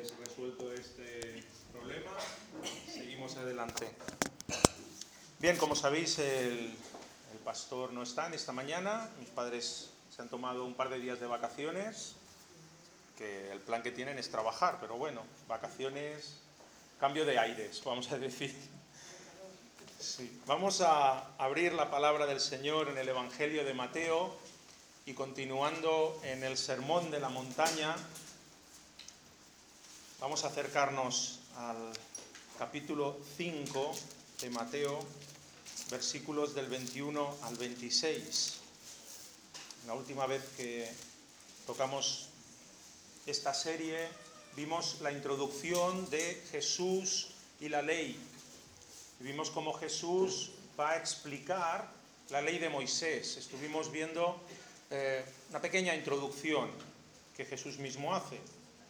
pues resuelto este problema, seguimos adelante. Bien, como sabéis, el pastor no está en esta mañana. Mis padres se han tomado un par de días de vacaciones, que el plan que tienen es trabajar, pero bueno, vacaciones, cambio de aires, vamos a decir. Sí. Vamos a abrir la palabra del Señor en el Evangelio de Mateo y continuando en el Sermón de la Montaña, vamos a acercarnos al capítulo 5 de Mateo, versículos del 21 al 26. La última vez que tocamos esta serie vimos la introducción de Jesús y la ley. Y vimos cómo Jesús va a explicar la ley de Moisés. Estuvimos viendo una pequeña introducción que Jesús mismo hace.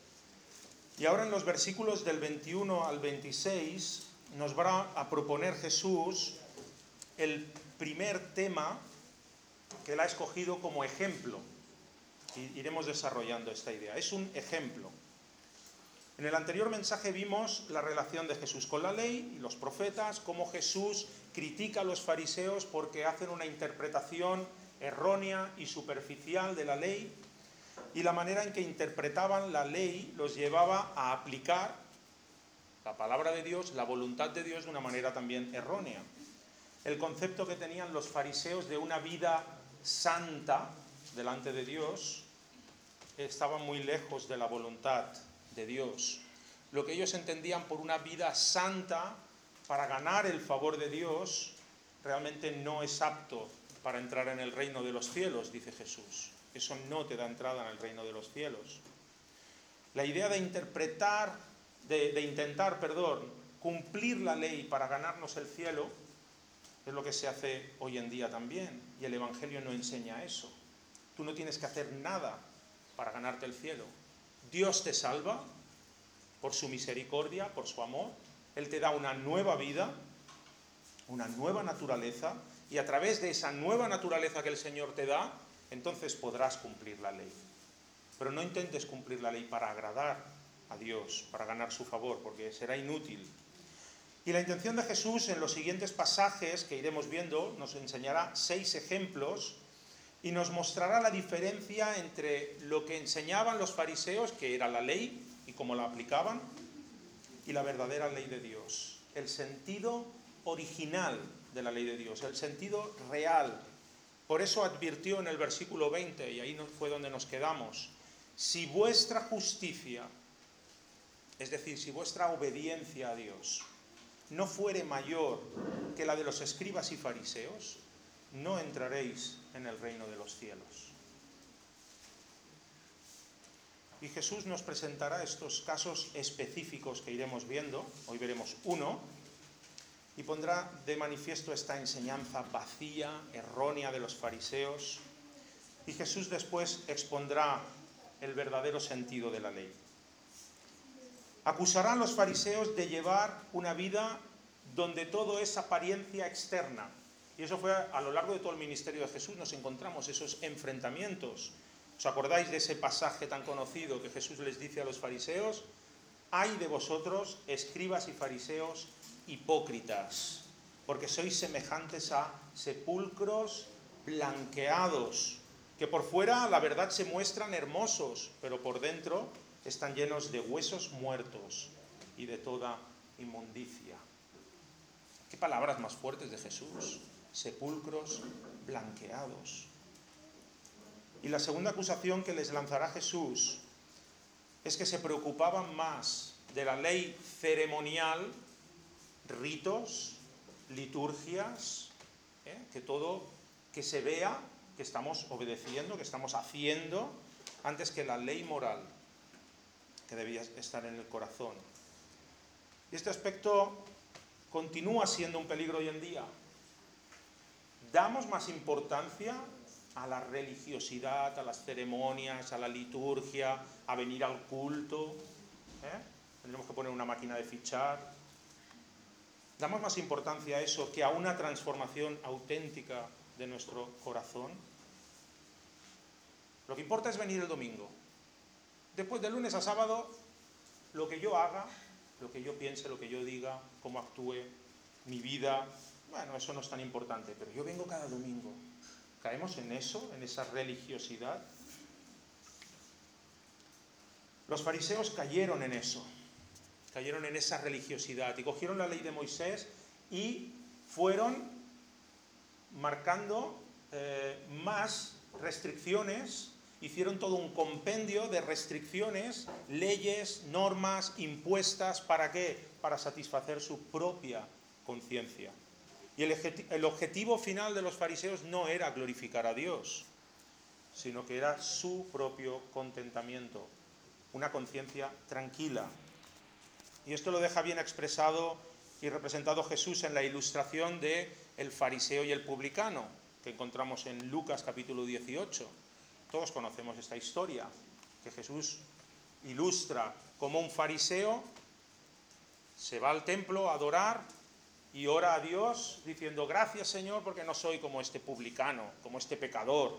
Y ahora en los versículos del 21 al 26 nos va a proponer Jesús el primer tema que él ha escogido como ejemplo. Y iremos desarrollando esta idea. Es un ejemplo. En el anterior mensaje vimos la relación de Jesús con la ley y los profetas, cómo Jesús critica a los fariseos porque hacen una interpretación errónea y superficial de la ley, y la manera en que interpretaban la ley los llevaba a aplicar la palabra de Dios, la voluntad de Dios, de una manera también errónea. El concepto que tenían los fariseos de una vida santa delante de Dios estaba muy lejos de la voluntad de Dios. Lo que ellos entendían por una vida santa para ganar el favor de Dios realmente no es apto para entrar en el reino de los cielos, dice Jesús. Eso no te da entrada en el reino de los cielos. La idea de intentar cumplir la ley para ganarnos el cielo es lo que se hace hoy en día también, y el Evangelio no enseña eso. Tú no tienes que hacer nada para ganarte el cielo. Dios te salva por su misericordia, por su amor. Él te da una nueva vida, una nueva naturaleza, y a través de esa nueva naturaleza que el Señor te da, entonces podrás cumplir la ley. Pero no intentes cumplir la ley para agradar a Dios, para ganar su favor, porque será inútil. Y la intención de Jesús en los siguientes pasajes que iremos viendo nos enseñará 6 ejemplos y nos mostrará la diferencia entre lo que enseñaban los fariseos, que era la ley y cómo la aplicaban, y la verdadera ley de Dios. El sentido original de la ley de Dios, el sentido real. Por eso advirtió en el versículo 20, y ahí fue donde nos quedamos: si vuestra justicia, es decir, si vuestra obediencia a Dios no fuere mayor que la de los escribas y fariseos, no entraréis en el reino de los cielos. Y Jesús nos presentará estos casos específicos que iremos viendo. Hoy veremos uno, y pondrá de manifiesto esta enseñanza vacía, errónea de los fariseos. Y Jesús después expondrá el verdadero sentido de la ley. Acusará a los fariseos de llevar una vida donde todo es apariencia externa. Y eso fue a lo largo de todo el ministerio de Jesús, nos encontramos esos enfrentamientos. ¿Os acordáis de ese pasaje tan conocido que Jesús les dice a los fariseos? ¡Ay de vosotros, escribas y fariseos hipócritas! Porque sois semejantes a sepulcros blanqueados, que por fuera la verdad se muestran hermosos, pero por dentro están llenos de huesos muertos y de toda inmundicia. ¿Qué palabras más fuertes de Jesús? Sepulcros blanqueados. Y la segunda acusación que les lanzará Jesús es que se preocupaban más de la ley ceremonial, ritos, liturgias, que todo, que se vea que estamos obedeciendo, que estamos haciendo, antes que la ley moral que debía estar en el corazón. Y este aspecto continúa siendo un peligro hoy en día. Damos más importancia a la religiosidad, a las ceremonias, a la liturgia, a venir al culto. Tendremos que poner una máquina de fichar. Damos más importancia a eso que a una transformación auténtica de nuestro corazón. Lo que importa es venir el domingo. Después, de lunes a sábado, lo que yo haga, lo que yo piense, lo que yo diga, cómo actúe, mi vida, bueno, eso no es tan importante, pero yo vengo cada domingo. ¿Caemos en eso, en esa religiosidad? Los fariseos cayeron en eso, cayeron en esa religiosidad y cogieron la ley de Moisés y fueron marcando más restricciones, hicieron todo un compendio de restricciones, leyes, normas impuestas, ¿para qué? Para satisfacer su propia conciencia. Y el objetivo final de los fariseos no era glorificar a Dios, sino que era su propio contentamiento, una conciencia tranquila. Y esto lo deja bien expresado y representado Jesús en la ilustración de el fariseo y el publicano, que encontramos en Lucas capítulo 18. Todos conocemos esta historia, que Jesús ilustra cómo un fariseo se va al templo a adorar y ora a Dios diciendo: gracias, Señor, porque no soy como este publicano, como este pecador.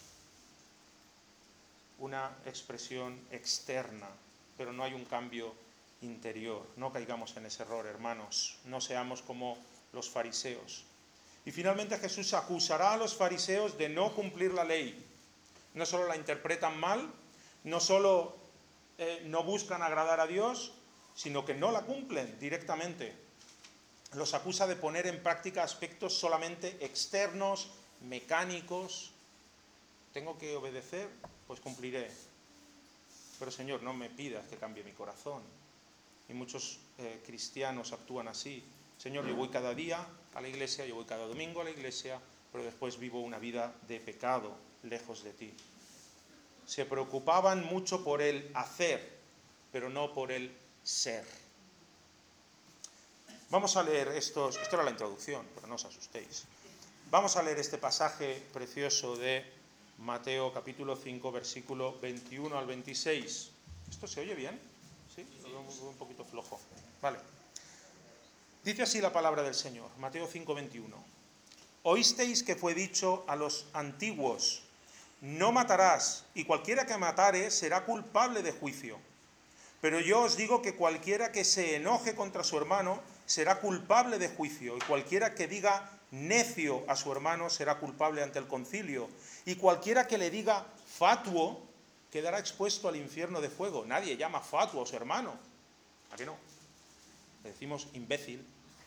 Una expresión externa, pero no hay un cambio interior. No caigamos en ese error, hermanos. No seamos como los fariseos. Y finalmente Jesús acusará a los fariseos de no cumplir la ley. No solo la interpretan mal, no solo no buscan agradar a Dios, sino que no la cumplen directamente. Los acusa de poner en práctica aspectos solamente externos, mecánicos. ¿Tengo que obedecer? Pues cumpliré. Pero Señor, no me pidas que cambie mi corazón. Y muchos cristianos actúan así. Señor, yo voy cada día a la iglesia, yo voy cada domingo a la iglesia, pero después vivo una vida de pecado, lejos de ti. Se preocupaban mucho por el hacer, pero no por el ser. Vamos a leer esto era la introducción, pero no os asustéis. Vamos a leer este pasaje precioso de Mateo capítulo 5, versículo 21 al 26. ¿Esto se oye bien? ¿Sí? Lo veo un poquito flojo. Vale. Dice así la palabra del Señor, Mateo 5, 21. Oísteis que fue dicho a los antiguos: no matarás, y cualquiera que matare será culpable de juicio. Pero yo os digo que cualquiera que se enoje contra su hermano será culpable de juicio, y cualquiera que diga necio a su hermano será culpable ante el concilio, y cualquiera que le diga fatuo quedará expuesto al infierno de fuego. Nadie llama fatuo a su hermano. ¿A qué no? Le decimos imbécil.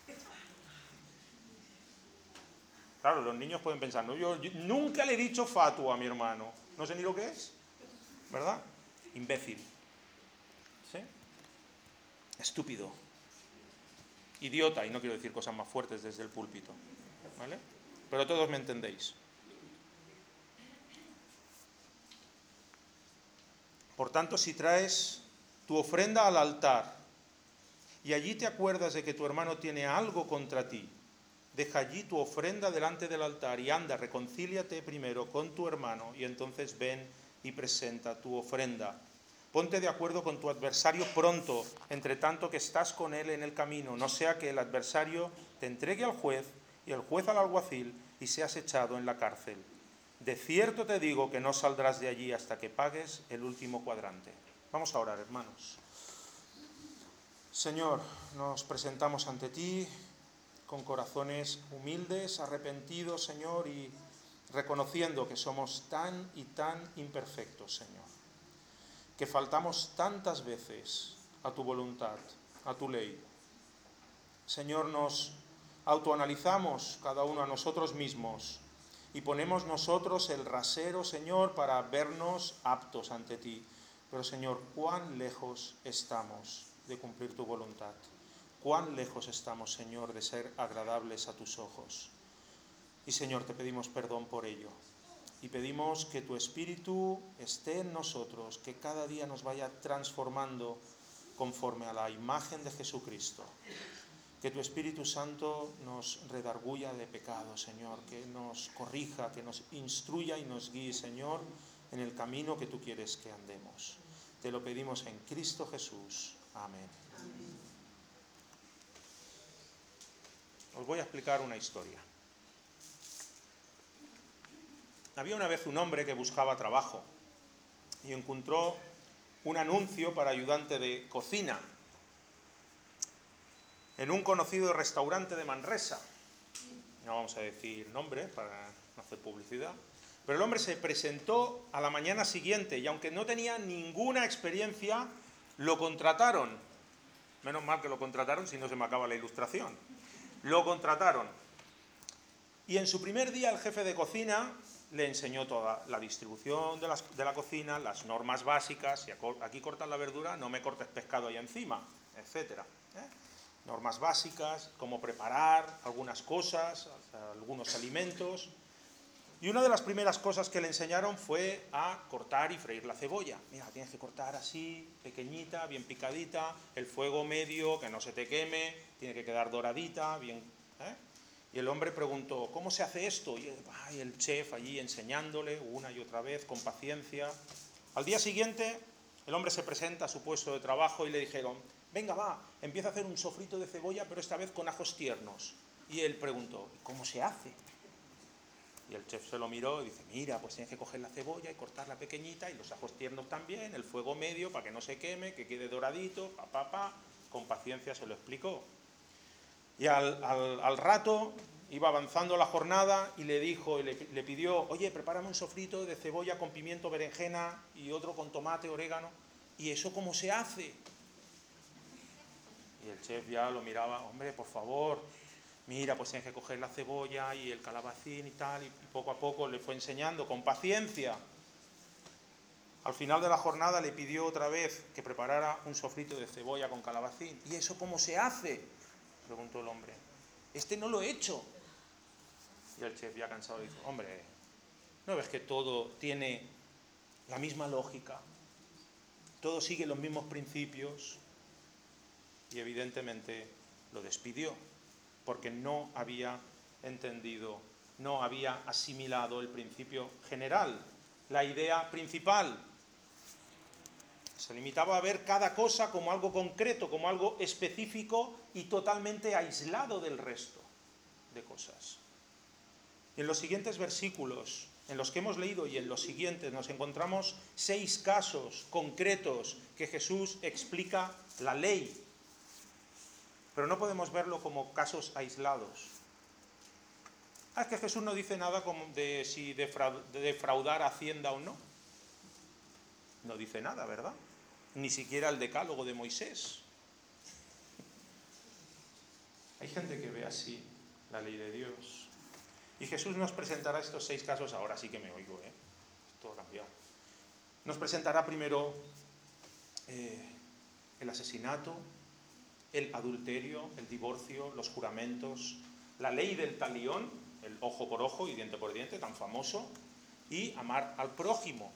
Claro, los niños pueden pensar, no, yo nunca le he dicho fatuo a mi hermano. No sé ni lo que es, ¿verdad? Imbécil. ¿Sí? Estúpido. Idiota, y no quiero decir cosas más fuertes desde el púlpito, ¿vale? Pero todos me entendéis. Por tanto, si traes tu ofrenda al altar y allí te acuerdas de que tu hermano tiene algo contra ti, deja allí tu ofrenda delante del altar y anda, reconcíliate primero con tu hermano y entonces ven y presenta tu ofrenda. Ponte de acuerdo con tu adversario pronto, entre tanto que estás con él en el camino, no sea que el adversario te entregue al juez y el juez al alguacil y seas echado en la cárcel. De cierto te digo que no saldrás de allí hasta que pagues el último cuadrante. Vamos a orar, hermanos. Señor, nos presentamos ante ti con corazones humildes, arrepentidos, Señor, y reconociendo que somos tan y tan imperfectos, Señor, que faltamos tantas veces a tu voluntad, a tu ley. Señor, nos autoanalizamos cada uno a nosotros mismos y ponemos nosotros el rasero, Señor, para vernos aptos ante ti. Pero, Señor, cuán lejos estamos de cumplir tu voluntad. Cuán lejos estamos, Señor, de ser agradables a tus ojos. Y, Señor, te pedimos perdón por ello. Y pedimos que tu Espíritu esté en nosotros, que cada día nos vaya transformando conforme a la imagen de Jesucristo. Que tu Espíritu Santo nos redarguya de pecado, Señor, que nos corrija, que nos instruya y nos guíe, Señor, en el camino que tú quieres que andemos. Te lo pedimos en Cristo Jesús. Amén. Os voy a explicar una historia. Había una vez un hombre que buscaba trabajo y encontró un anuncio para ayudante de cocina en un conocido restaurante de Manresa. No vamos a decir nombre para no hacer publicidad. Pero el hombre se presentó a la mañana siguiente y aunque no tenía ninguna experiencia, lo contrataron. Menos mal que lo contrataron, si no se me acaba la ilustración. Lo contrataron. Y en su primer día el jefe de cocina le enseñó toda la distribución de la cocina, las normas básicas, si aquí cortas la verdura, no me cortes pescado ahí encima, etc. Normas básicas, cómo preparar algunas cosas, algunos alimentos. Y una de las primeras cosas que le enseñaron fue a cortar y freír la cebolla. Mira, tienes que cortar así, pequeñita, bien picadita, el fuego medio, que no se te queme, tiene que quedar doradita, bien. Y el hombre preguntó, ¿cómo se hace esto? Y el chef allí enseñándole una y otra vez, con paciencia. Al día siguiente, el hombre se presenta a su puesto de trabajo y le dijeron, venga, va, empieza a hacer un sofrito de cebolla, pero esta vez con ajos tiernos. Y él preguntó, ¿cómo se hace? Y el chef se lo miró y dice, mira, pues tienes que coger la cebolla y cortarla pequeñita y los ajos tiernos también, el fuego medio para que no se queme, que quede doradito, con paciencia se lo explicó. Y al rato iba avanzando la jornada y le dijo, le pidió, oye, prepárame un sofrito de cebolla con pimiento, berenjena y otro con tomate, orégano. ¿Y eso cómo se hace? Y el chef ya lo miraba, hombre, por favor, mira, pues tienes que coger la cebolla y el calabacín y tal, y poco a poco le fue enseñando, con paciencia. Al final de la jornada le pidió otra vez que preparara un sofrito de cebolla con calabacín. ¿Y eso cómo se hace?, preguntó el hombre. No lo he hecho. Y el chef, ya cansado, dijo, hombre, ¿no ves que todo tiene la misma lógica? Todo sigue los mismos principios. Y evidentemente lo despidió, porque no había entendido, no había asimilado el principio general, la idea principal. Se limitaba a ver cada cosa como algo concreto, como algo específico y totalmente aislado del resto de cosas. En los siguientes versículos, en los que hemos leído y en los siguientes, nos encontramos 6 casos concretos que Jesús explica la ley. Pero no podemos verlo como casos aislados. Es que Jesús no dice nada de si defraudar a Hacienda o no. No dice nada, ¿verdad? Ni siquiera el decálogo de Moisés. Hay gente que ve así la ley de Dios. Y Jesús nos presentará estos 6 casos, ahora sí que me oigo, Esto ha cambiado. Nos presentará primero el asesinato, el adulterio, el divorcio, los juramentos, la ley del talión, el ojo por ojo y diente por diente, tan famoso, y amar al prójimo.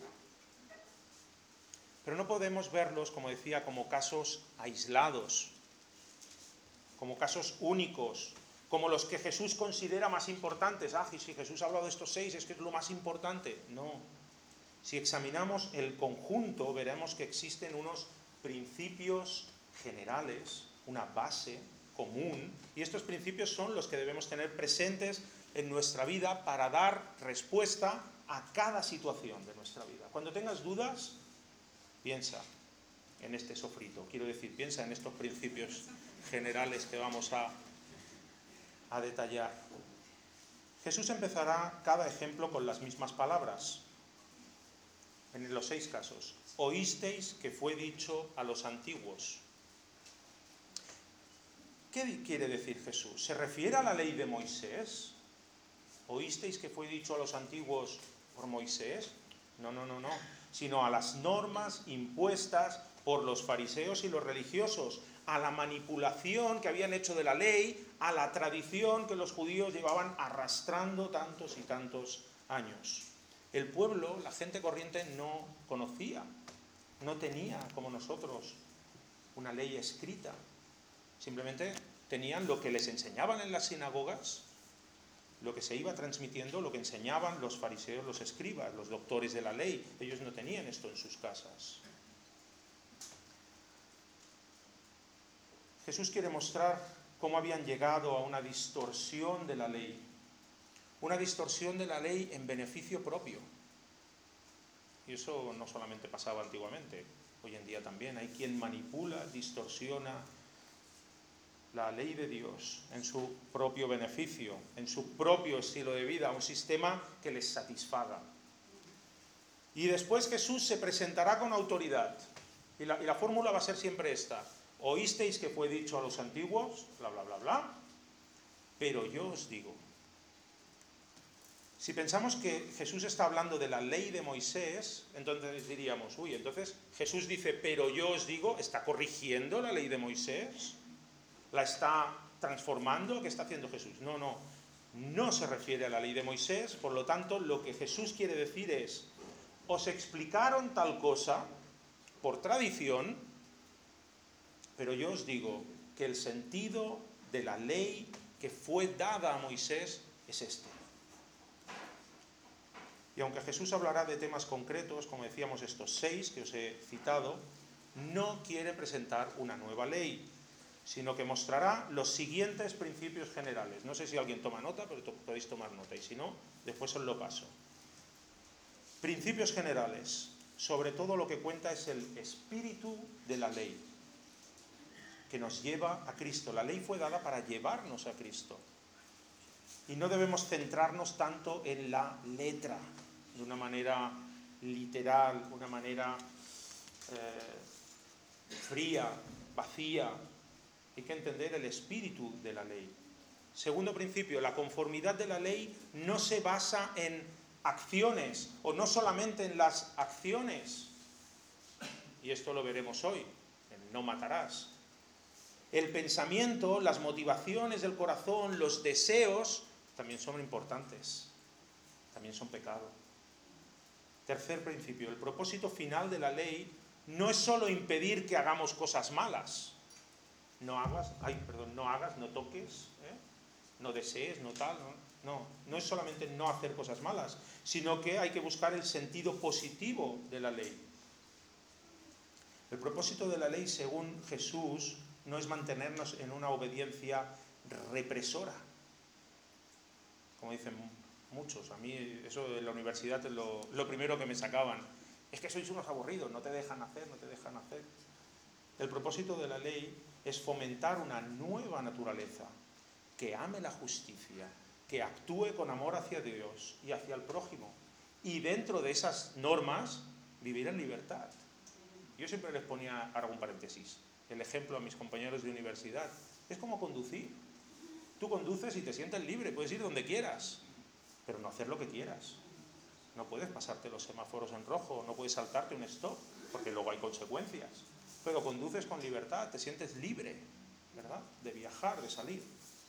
Pero no podemos verlos, como decía, como casos aislados, como casos únicos, como los que Jesús considera más importantes. Y si Jesús ha hablado de estos 6, es que es lo más importante. No. Si examinamos el conjunto, veremos que existen unos principios generales, una base común, y estos principios son los que debemos tener presentes en nuestra vida para dar respuesta a cada situación de nuestra vida. Cuando tengas dudas, piensa en este sofrito, quiero decir, piensa en estos principios generales que vamos a detallar. Jesús empezará cada ejemplo con las mismas palabras, en los 6 casos. Oísteis que fue dicho a los antiguos. ¿Qué quiere decir Jesús? ¿Se refiere a la ley de Moisés? ¿Oísteis que fue dicho a los antiguos por Moisés? No, sino a las normas impuestas por los fariseos y los religiosos, a la manipulación que habían hecho de la ley, a la tradición que los judíos llevaban arrastrando tantos y tantos años. El pueblo, la gente corriente, no conocía, no tenía como nosotros una ley escrita. Simplemente tenían lo que les enseñaban en las sinagogas, lo que se iba transmitiendo, lo que enseñaban los fariseos, los escribas, los doctores de la ley. Ellos no tenían esto en sus casas. Jesús quiere mostrar cómo habían llegado a una distorsión de la ley. Una distorsión de la ley en beneficio propio. Y eso no solamente pasaba antiguamente, hoy en día también. Hay quien manipula, distorsiona la ley de Dios en su propio beneficio, en su propio estilo de vida, un sistema que les satisfaga. Y después Jesús se presentará con autoridad. Y la fórmula va a ser siempre esta. Oísteis que fue dicho a los antiguos, bla, bla, bla, bla, pero yo os digo. Si pensamos que Jesús está hablando de la ley de Moisés, entonces diríamos, entonces Jesús dice, pero yo os digo, ¿está corrigiendo la ley de Moisés? ¿La está transformando? ¿Qué está haciendo Jesús? No se refiere a la ley de Moisés, por lo tanto, lo que Jesús quiere decir es, os explicaron tal cosa por tradición, pero yo os digo que el sentido de la ley que fue dada a Moisés es este. Y aunque Jesús hablará de temas concretos, como decíamos estos 6 que os he citado, no quiere presentar una nueva ley, sino que mostrará los siguientes principios generales. No sé si alguien toma nota, pero podéis tomar nota, y si no, después os lo paso. Principios generales. Sobre todo lo que cuenta es el espíritu de la ley, que nos lleva a Cristo. La ley fue dada para llevarnos a Cristo. Y no debemos centrarnos tanto en la letra, de una manera literal, una manera fría, vacía. Hay que entender el espíritu de la ley. Segundo principio, la conformidad de la ley no se basa en acciones, o no solamente en las acciones. Y esto lo veremos hoy, en no matarás. El pensamiento, las motivaciones del corazón, los deseos, también son importantes, también son pecado. Tercer principio, el propósito final de la ley no es solo impedir que hagamos cosas malas. No hagas, no toques, no desees, no tal. No es solamente no hacer cosas malas, sino que hay que buscar el sentido positivo de la ley. El propósito de la ley, según Jesús, no es mantenernos en una obediencia represora. Como dicen muchos, a mí eso de la universidad es lo primero que me sacaban. Es que sois unos aburridos, no te dejan hacer. El propósito de la ley es fomentar una nueva naturaleza que ame la justicia, que actúe con amor hacia Dios y hacia el prójimo. Y dentro de esas normas, vivir en libertad. Yo siempre les ponía, hago un paréntesis, el ejemplo a mis compañeros de universidad. Es como conducir. Tú conduces y te sientes libre, puedes ir donde quieras, pero no hacer lo que quieras. No puedes pasarte los semáforos en rojo, no puedes saltarte un stop, porque luego hay consecuencias. Pero conduces con libertad, te sientes libre, ¿verdad? De viajar, de salir.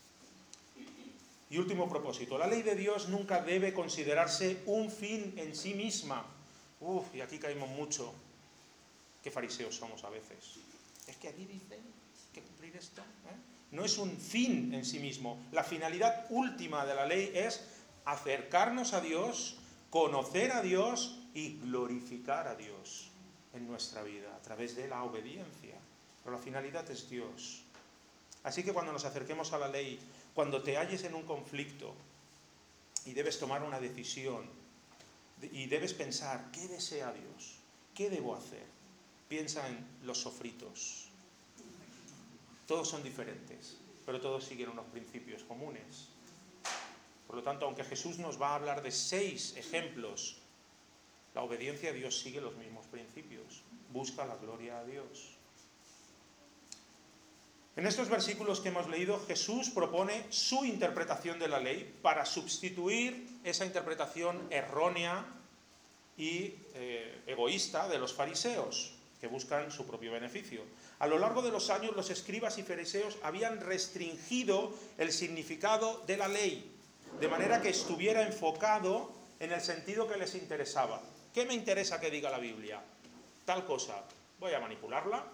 Y último propósito, la ley de Dios nunca debe considerarse un fin en sí misma. Y aquí caímos mucho. Qué fariseos somos a veces. Es que aquí dicen que cumplir esto, no es un fin en sí mismo. La finalidad última de la ley es acercarnos a Dios, conocer a Dios y glorificar a Dios en nuestra vida a través de la obediencia. Pero la finalidad es Dios. Así que cuando nos acerquemos a la ley, cuando te halles en un conflicto y debes tomar una decisión y debes pensar, ¿qué desea Dios? ¿Qué debo hacer? Piensa en los sofritos. Todos son diferentes, pero todos siguen unos principios comunes. Por lo tanto, aunque Jesús nos va a hablar de 6 ejemplos, la obediencia a Dios sigue los mismos principios. Busca la gloria a Dios. En estos versículos que hemos leído, Jesús propone su interpretación de la ley para sustituir esa interpretación errónea y egoísta de los fariseos, que buscan su propio beneficio. A lo largo de los años, los escribas y fariseos habían restringido el significado de la ley, de manera que estuviera enfocado en el sentido que les interesaba. ¿Qué me interesa que diga la Biblia? Tal cosa. Voy a manipularla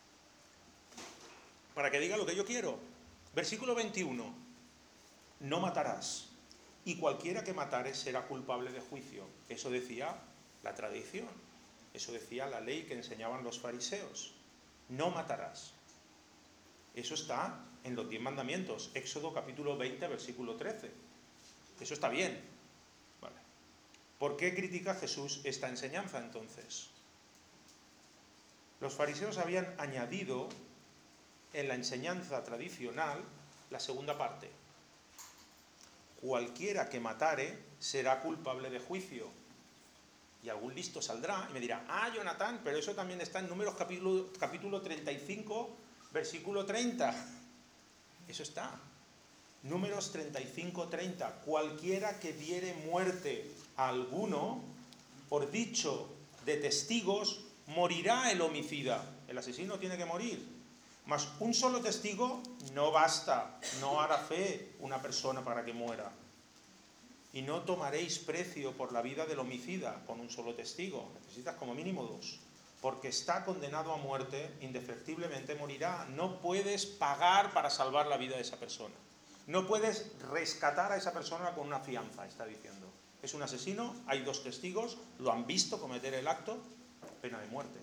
para que diga lo que yo quiero. Versículo 21. No matarás, y cualquiera que matare será culpable de juicio. Eso decía la tradición. Eso decía la ley que enseñaban los fariseos. No matarás. Eso está en los 10 mandamientos. Éxodo capítulo 20, versículo 13. Eso está bien. Vale. ¿Por qué critica Jesús esta enseñanza entonces? Los fariseos habían añadido en la enseñanza tradicional la segunda parte. Cualquiera que matare será culpable de juicio. Y algún listo saldrá y me dirá, Jonathan, pero eso también está en Números capítulo 35, versículo 30. Eso está. Números 35, 30. Cualquiera que diere muerte a alguno, por dicho de testigos, morirá el homicida. El asesino tiene que morir. Mas un solo testigo no basta, no hará fe una persona para que muera. Y no tomaréis precio por la vida del homicida con un solo testigo. Necesitas como mínimo 2. Porque está condenado a muerte, indefectiblemente morirá. No puedes pagar para salvar la vida de esa persona. No puedes rescatar a esa persona con una fianza, está diciendo. Es un asesino, hay 2 testigos, lo han visto cometer el acto, pena de muerte.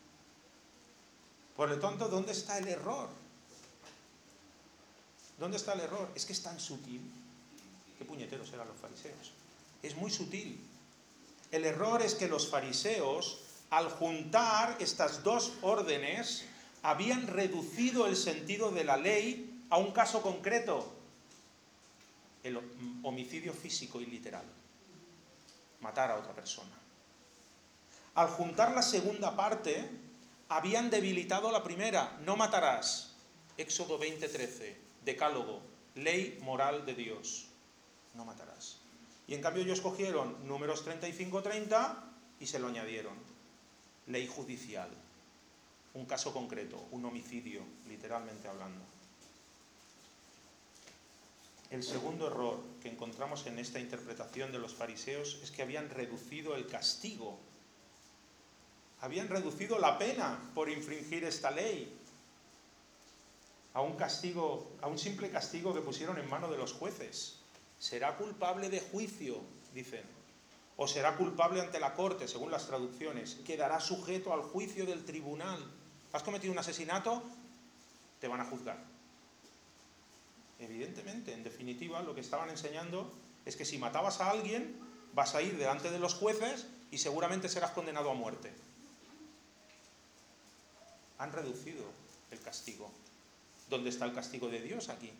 Por lo tanto, ¿dónde está el error? ¿Dónde está el error? Es que es tan sutil. Qué puñeteros eran los fariseos. Es muy sutil. El error es que los fariseos, al juntar estas 2 órdenes, habían reducido el sentido de la ley a un caso concreto. El homicidio físico y literal. Matar a otra persona. Al juntar la segunda parte, habían debilitado la primera. No matarás. Éxodo 20:13. Decálogo. Ley moral de Dios. No matarás. Y en cambio ellos cogieron Números 35:30 y se lo añadieron. Ley judicial. Un caso concreto, un homicidio, literalmente hablando. El segundo error que encontramos en esta interpretación de los fariseos es que habían reducido el castigo. Habían reducido la pena por infringir esta ley a un castigo, a un simple castigo que pusieron en manos de los jueces. Será culpable de juicio, dicen, o será culpable ante la corte, según las traducciones. Quedará sujeto al juicio del tribunal. ¿Has cometido un asesinato? Te van a juzgar. Evidentemente, en definitiva, lo que estaban enseñando es que si matabas a alguien, vas a ir delante de los jueces y seguramente serás condenado a muerte. Han reducido el castigo. ¿Dónde está el castigo de Dios aquí?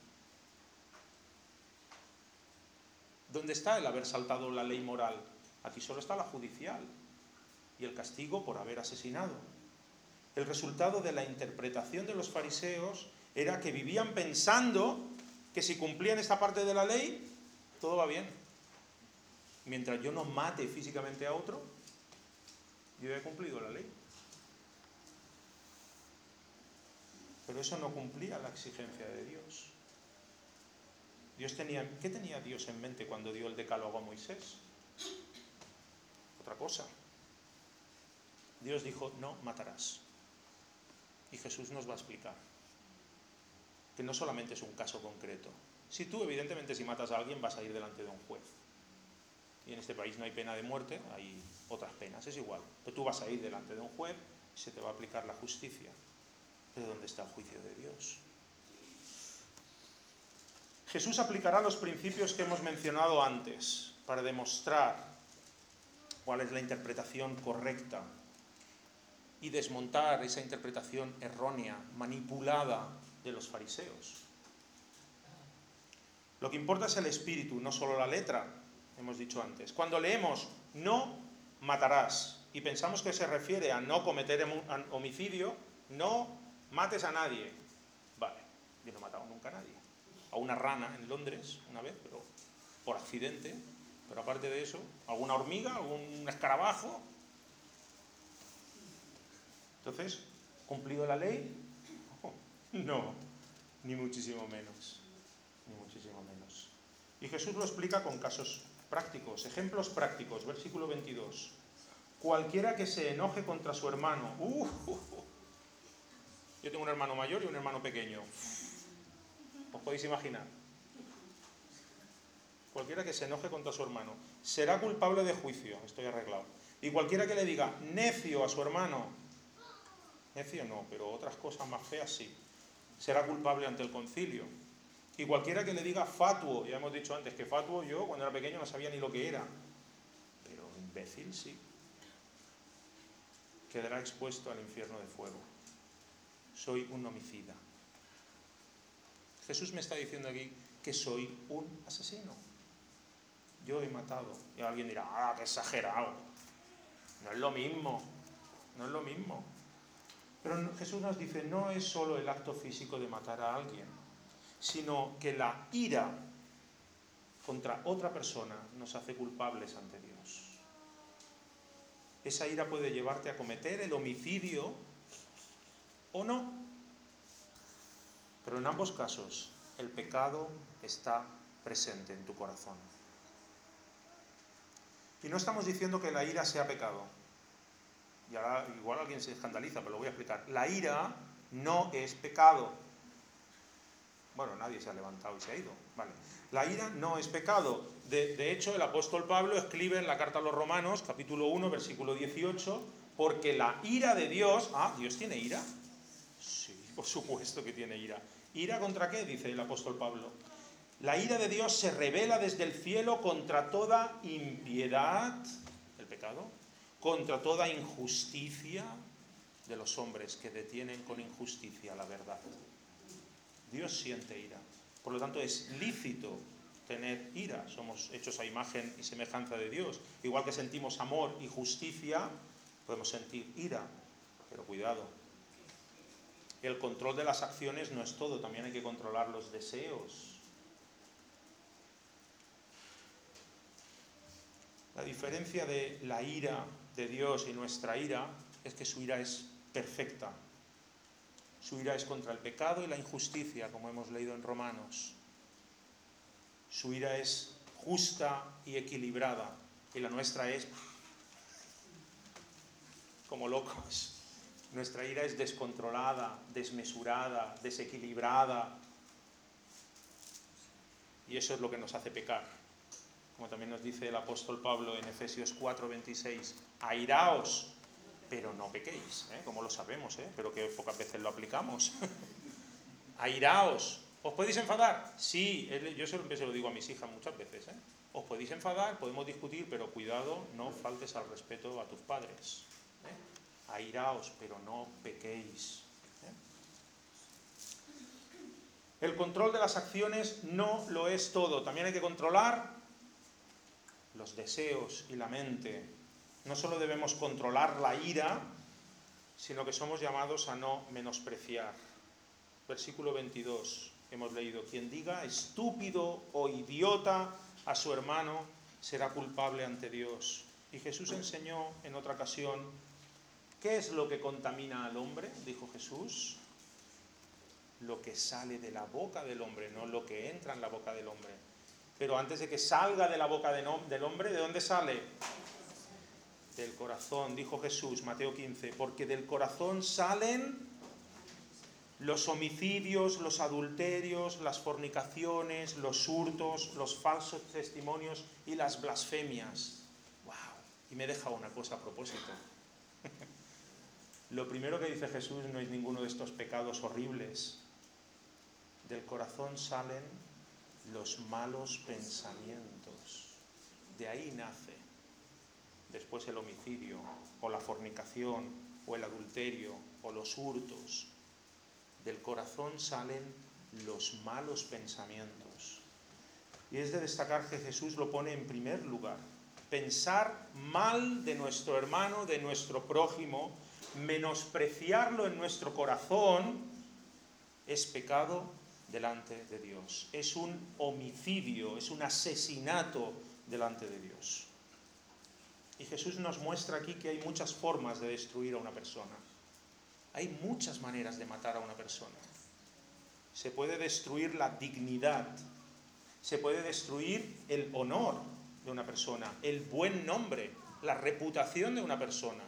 ¿Dónde está el haber saltado la ley moral? Aquí solo está la judicial y el castigo por haber asesinado. El resultado de la interpretación de los fariseos era que vivían pensando que si cumplían esta parte de la ley, todo va bien. Mientras yo no mate físicamente a otro, yo he cumplido la ley. Pero eso no cumplía la exigencia de Dios. ¿Qué tenía Dios en mente cuando dio el decálogo a Moisés? Otra cosa. Dios dijo, no matarás. Y Jesús nos va a explicar que no solamente es un caso concreto. Si tú, evidentemente, si matas a alguien, vas a ir delante de un juez. Y en este país no hay pena de muerte, hay otras penas, es igual. Pero tú vas a ir delante de un juez y se te va a aplicar la justicia. ¿Pero dónde está el juicio de Dios? Jesús aplicará los principios que hemos mencionado antes para demostrar cuál es la interpretación correcta y desmontar esa interpretación errónea, manipulada de los fariseos. Lo que importa es el espíritu, no solo la letra, hemos dicho antes. Cuando leemos no matarás y pensamos que se refiere a no cometer homicidio, no mates a nadie. Vale, yo no he matado nunca a nadie. A una rana en Londres una vez, pero por accidente. Pero aparte de eso, alguna hormiga, algún escarabajo. Entonces, ¿cumplido la ley? No, ni muchísimo menos. Ni muchísimo menos. Y Jesús lo explica con casos prácticos, ejemplos prácticos. Versículo 22. Cualquiera que se enoje contra su hermano. Yo tengo un hermano mayor y un hermano pequeño. ¿Os podéis imaginar? Cualquiera que se enoje contra su hermano será culpable de juicio, estoy arreglado. Y cualquiera que le diga necio a su hermano, necio no, pero otras cosas más feas sí, será culpable ante el concilio. Y cualquiera que le diga fatuo, ya hemos dicho antes que fatuo yo cuando era pequeño no sabía ni lo que era, pero imbécil sí. quedará expuesto al infierno de fuego. Soy un homicida. Jesús me está diciendo aquí que soy un asesino. Yo he matado. Y alguien dirá, ¡ah, qué exagerado! No es lo mismo, no es lo mismo. Pero Jesús nos dice, no es solo el acto físico de matar a alguien, sino que la ira contra otra persona nos hace culpables ante Dios. Esa ira puede llevarte a cometer el homicidio o no. Pero en ambos casos, el pecado está presente en tu corazón. Y no estamos diciendo que la ira sea pecado. Y ahora igual alguien se escandaliza, pero lo voy a explicar. La ira no es pecado. Bueno, nadie se ha levantado y se ha ido. Vale. La ira no es pecado. De hecho, el apóstol Pablo escribe en la carta a los Romanos, capítulo 1, versículo 18, porque la ira de Dios... Ah, ¿Dios tiene ira? Sí, por supuesto que tiene ira. ¿Ira contra qué? Dice el apóstol Pablo. La ira de Dios se revela desde el cielo contra toda impiedad, el pecado, contra toda injusticia de los hombres que detienen con injusticia la verdad. Dios siente ira. Por lo tanto, es lícito tener ira. Somos hechos a imagen y semejanza de Dios. Igual que sentimos amor y justicia, podemos sentir ira. Pero cuidado. El control de las acciones no es todo. También hay que controlar los deseos. La diferencia de la ira de Dios y nuestra ira es que su ira es perfecta. Su ira es contra el pecado y la injusticia, como hemos leído en Romanos. Su ira es justa y equilibrada, y la nuestra es como locos. Nuestra ira es descontrolada, desmesurada, desequilibrada, y eso es lo que nos hace pecar. Como también nos dice el apóstol Pablo en Efesios 4:26, airaos, pero no pequéis, como lo sabemos, pero que pocas veces lo aplicamos. Airaos. ¿Os podéis enfadar? Sí, yo siempre se lo digo a mis hijas muchas veces. Os podéis enfadar, podemos discutir, pero cuidado, no faltes al respeto a tus padres. Airaos, pero no pequéis. El control de las acciones no lo es todo. También hay que controlar los deseos y la mente. No solo debemos controlar la ira, sino que somos llamados a no menospreciar. Versículo 22, hemos leído, quien diga estúpido o idiota a su hermano será culpable ante Dios. Y Jesús enseñó en otra ocasión, ¿qué es lo que contamina al hombre? Dijo Jesús. Lo que sale de la boca del hombre, no lo que entra en la boca del hombre. Pero antes de que salga de la boca del hombre, ¿de dónde sale? Del corazón, dijo Jesús, Mateo 15, porque del corazón salen los homicidios, los adulterios, las fornicaciones, los hurtos, los falsos testimonios y las blasfemias. ¡Wow! Y me deja una cosa a propósito. Lo primero que dice Jesús no es ninguno de estos pecados horribles. Del corazón salen los malos pensamientos. De ahí nace después el homicidio, o la fornicación, o el adulterio, o los hurtos. Del corazón salen los malos pensamientos. Y es de destacar que Jesús lo pone en primer lugar. Pensar mal de nuestro hermano, de nuestro prójimo, menospreciarlo en nuestro corazón, es pecado delante de Dios. Es un homicidio, es un asesinato delante de Dios. Y Jesús nos muestra aquí que hay muchas formas de destruir a una persona. Hay muchas maneras de matar a una persona. Se puede destruir la dignidad, se puede destruir el honor de una persona, el buen nombre, la reputación de una persona.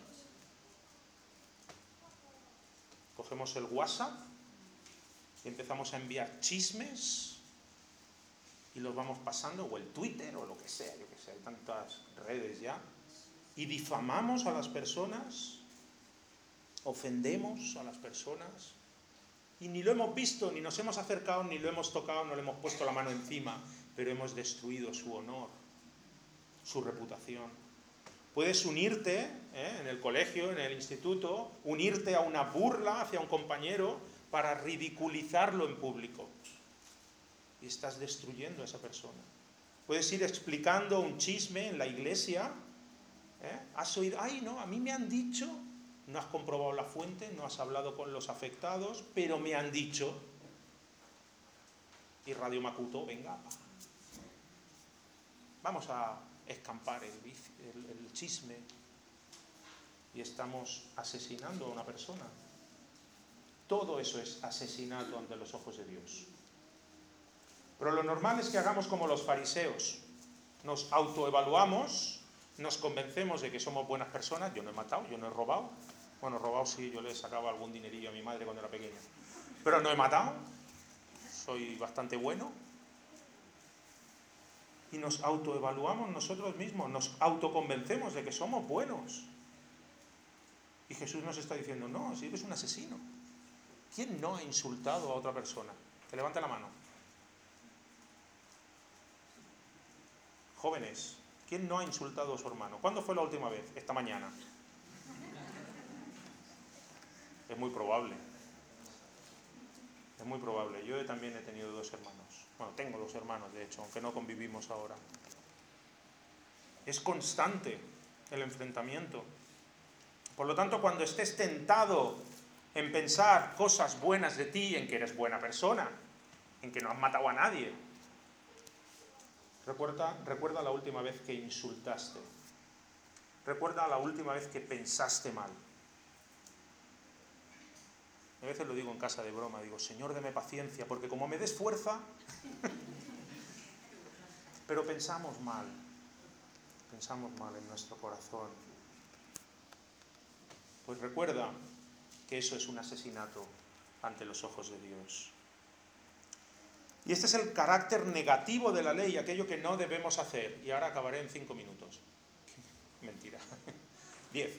Cogemos el WhatsApp y empezamos a enviar chismes y los vamos pasando, o el Twitter o lo que sea, yo que sé, hay tantas redes ya, y difamamos a las personas, ofendemos a las personas, y ni lo hemos visto, ni nos hemos acercado, ni lo hemos tocado, no le hemos puesto la mano encima, pero hemos destruido su honor, su reputación. Puedes unirte en el colegio, en el instituto, unirte a una burla hacia un compañero para ridiculizarlo en público. Y estás destruyendo a esa persona. Puedes ir explicando un chisme en la iglesia. Has oído, ay no, a mí me han dicho, no has comprobado la fuente, no has hablado con los afectados, pero me han dicho. Y Radio Macuto, venga, vamos a escampar el chisme. Y estamos asesinando a una persona. Todo eso es asesinato ante los ojos de Dios. Pero lo normal es que hagamos como los fariseos. Nos autoevaluamos, nos convencemos de que somos buenas personas. Yo no he matado, yo no he robado. Bueno, robado sí, yo le sacaba algún dinerillo a mi madre cuando era pequeño. Pero no he matado, soy bastante bueno. Y nos autoevaluamos nosotros mismos, nos autoconvencemos de que somos buenos. Y Jesús nos está diciendo, no, si eres un asesino. ¿Quién no ha insultado a otra persona? Que levante la mano. Jóvenes, ¿quién no ha insultado a su hermano? ¿Cuándo fue la última vez? Esta mañana. Es muy probable. Es muy probable. Yo también he tenido 2 hermanos. Bueno, tengo 2 hermanos, de hecho, aunque no convivimos ahora. Es constante el enfrentamiento. Por lo tanto, cuando estés tentado en pensar cosas buenas de ti, en que eres buena persona, en que no has matado a nadie, recuerda la última vez que insultaste. Recuerda la última vez que pensaste mal. A veces lo digo en casa de broma, digo, Señor, deme paciencia, porque como me des fuerza, pero pensamos mal en nuestro corazón. Pues recuerda que eso es un asesinato ante los ojos de Dios. Y este es el carácter negativo de la ley, aquello que no debemos hacer. Y ahora acabaré en 5 minutos. Mentira. 10.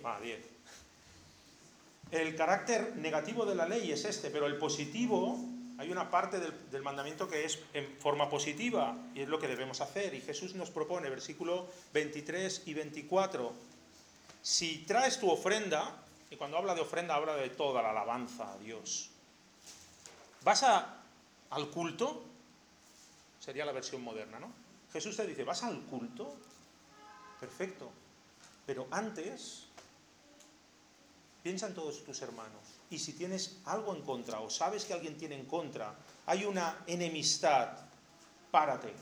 El carácter negativo de la ley es este, pero el positivo, hay una parte del mandamiento que es en forma positiva, y es lo que debemos hacer. Y Jesús nos propone, versículo 23 y 24, si traes tu ofrenda, y cuando habla de ofrenda habla de toda la alabanza a Dios, vas al culto, sería la versión moderna, ¿no? Jesús te dice, ¿vas al culto? Perfecto. Pero antes, piensa en todos tus hermanos. Y si tienes algo en contra, o sabes que alguien tiene en contra, hay una enemistad, párate.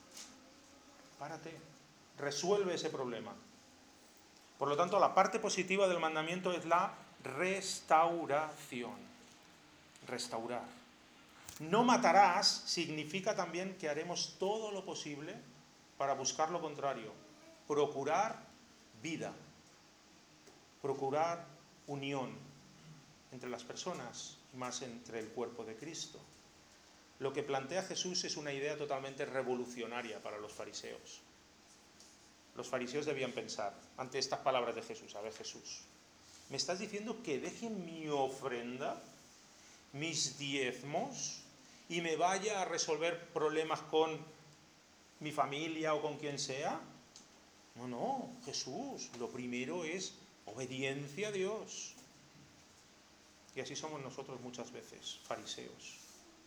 Resuelve ese problema. Por lo tanto, la parte positiva del mandamiento es la restauración. Restaurar. No matarás significa también que haremos todo lo posible para buscar lo contrario. Procurar vida. Procurar unión entre las personas y más entre el cuerpo de Cristo. Lo que plantea Jesús es una idea totalmente revolucionaria para los fariseos. Los fariseos debían pensar ante estas palabras de Jesús, a ver Jesús, ¿me estás diciendo que deje mi ofrenda, mis diezmos, y me vaya a resolver problemas con mi familia o con quien sea? No, Jesús, lo primero es obediencia a Dios. Y así somos nosotros muchas veces, fariseos.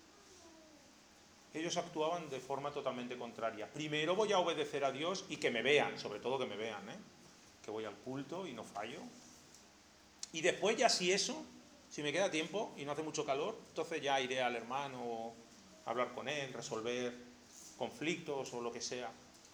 Ellos actuaban de forma totalmente contraria. Primero voy a obedecer a Dios y que me vean, sobre todo que me vean, que voy al culto y no fallo. Y después ya si me queda tiempo y no hace mucho calor, entonces ya iré al hermano a hablar con él, resolver conflictos o lo que sea.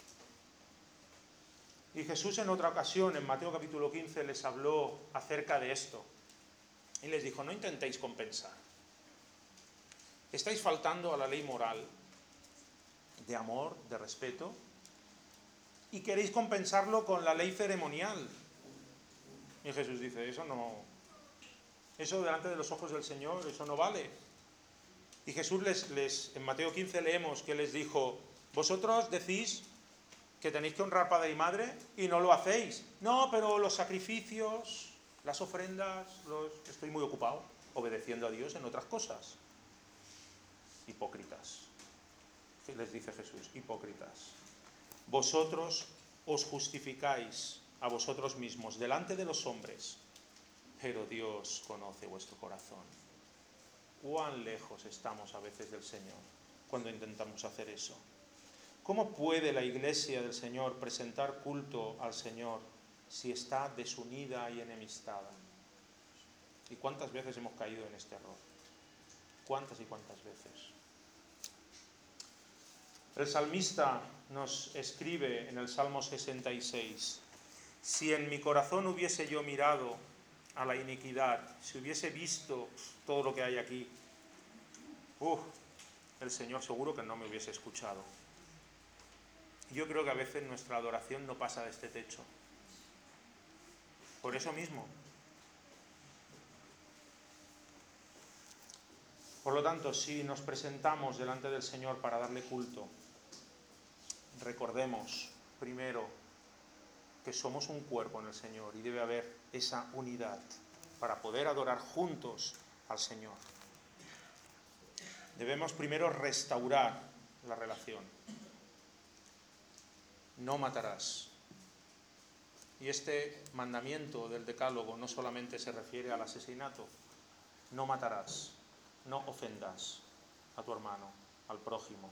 Y Jesús en otra ocasión, en Mateo capítulo 15, les habló acerca de esto. Y les dijo, no intentéis compensar. Estáis faltando a la ley moral de amor, de respeto, y queréis compensarlo con la ley ceremonial. Y Jesús dice, eso delante de los ojos del Señor, eso no vale. Y Jesús en Mateo 15 leemos que les dijo, vosotros decís que tenéis que honrar padre y madre y no lo hacéis. No, pero los sacrificios, las ofrendas, estoy muy ocupado obedeciendo a Dios en otras cosas. Hipócritas. ¿Qué les dice Jesús? Hipócritas. Vosotros os justificáis a vosotros mismos delante de los hombres, pero Dios conoce vuestro corazón. ¿Cuán lejos estamos a veces del Señor cuando intentamos hacer eso? ¿Cómo puede la Iglesia del Señor presentar culto al Señor si está desunida y enemistada? ¿Y cuántas veces hemos caído en este error? ¿Cuántas y cuántas veces? El salmista nos escribe en el Salmo 66, si en mi corazón hubiese yo mirado a la iniquidad, si hubiese visto todo lo que hay aquí, el Señor seguro que no me hubiese escuchado. Yo creo que a veces nuestra adoración no pasa de este techo. Por eso mismo. Por lo tanto, si nos presentamos delante del Señor para darle culto, recordemos primero que somos un cuerpo en el Señor y debe haber esa unidad para poder adorar juntos al Señor. Debemos primero restaurar la relación. No matarás. Y este mandamiento del Decálogo no solamente se refiere al asesinato. No matarás, no ofendas a tu hermano, al prójimo.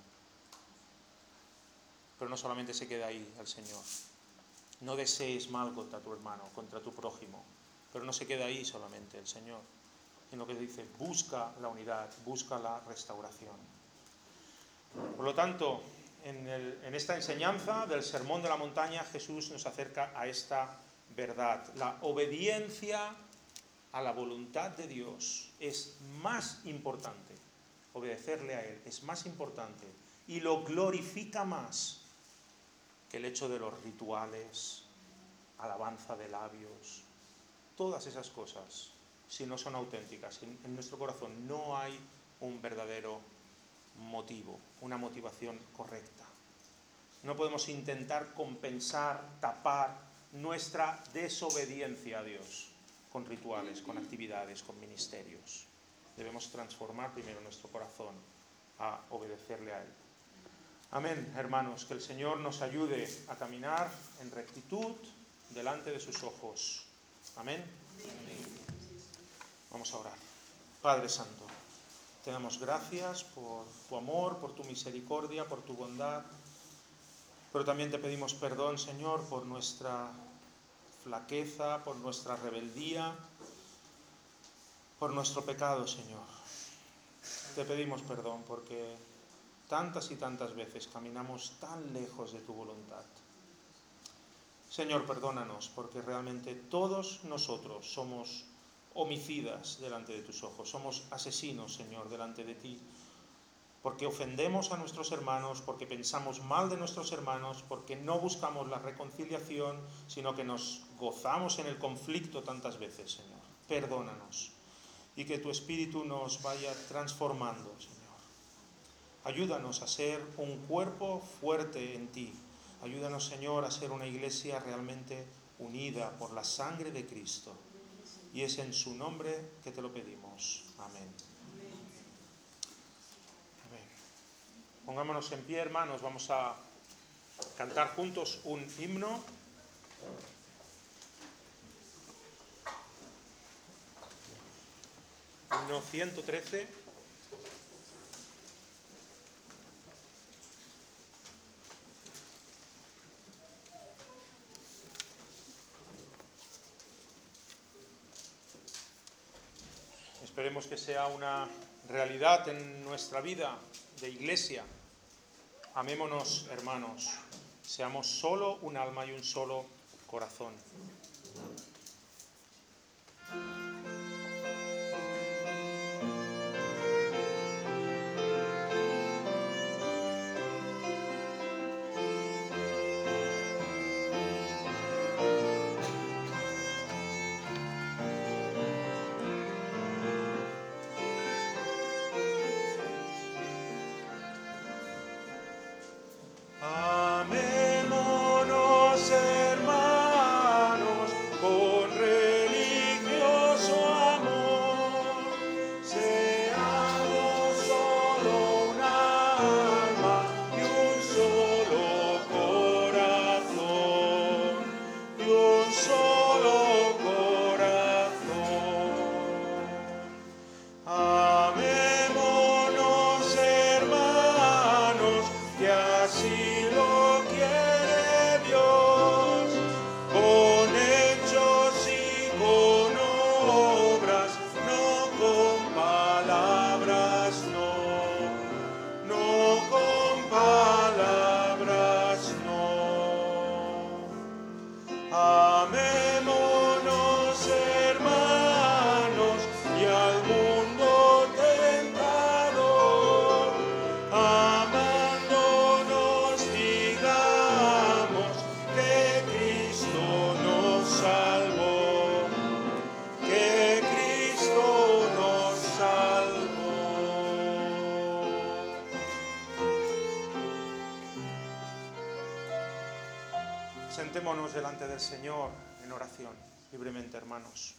Pero no solamente se queda ahí el Señor. No desees mal contra tu hermano, contra tu prójimo. Pero no se queda ahí solamente el Señor. Sino que dice, busca la unidad, busca la restauración. Por lo tanto, en esta enseñanza del Sermón de la Montaña, Jesús nos acerca a esta verdad. La obediencia a la voluntad de Dios es más importante. Obedecerle a Él es más importante y lo glorifica más que el hecho de los rituales, alabanza de labios, todas esas cosas, si no son auténticas. En nuestro corazón no hay un verdadero motivo, una motivación correcta. No podemos intentar compensar, tapar nuestra desobediencia a Dios con rituales, con actividades, con ministerios. Debemos transformar primero nuestro corazón a obedecerle a Él. Amén, hermanos, que el Señor nos ayude a caminar en rectitud delante de sus ojos. Amén. Vamos a orar. Padre Santo, te damos gracias por tu amor, por tu misericordia, por tu bondad, pero también te pedimos perdón, Señor, por nuestra flaqueza, por nuestra rebeldía, por nuestro pecado, Señor. Te pedimos perdón porque tantas y tantas veces caminamos tan lejos de tu voluntad. Señor, perdónanos porque realmente todos nosotros somos homicidas delante de tus ojos, somos asesinos, Señor, delante de ti, porque ofendemos a nuestros hermanos, porque pensamos mal de nuestros hermanos, porque no buscamos la reconciliación, sino que nos gozamos en el conflicto tantas veces, Señor. Perdónanos y que tu Espíritu nos vaya transformando, Señor. Ayúdanos a ser un cuerpo fuerte en ti. Ayúdanos, Señor, a ser una iglesia realmente unida por la sangre de Cristo. Y es en su nombre que te lo pedimos. Amén. Amén. Pongámonos en pie, hermanos. Vamos a cantar juntos un himno. Himno 113. Esperemos que sea una realidad en nuestra vida de iglesia. Amémonos, hermanos. Seamos solo un alma y un solo corazón. Amémonos, hermanos, con religiosa Sentémonos delante del Señor en oración, libremente, hermanos.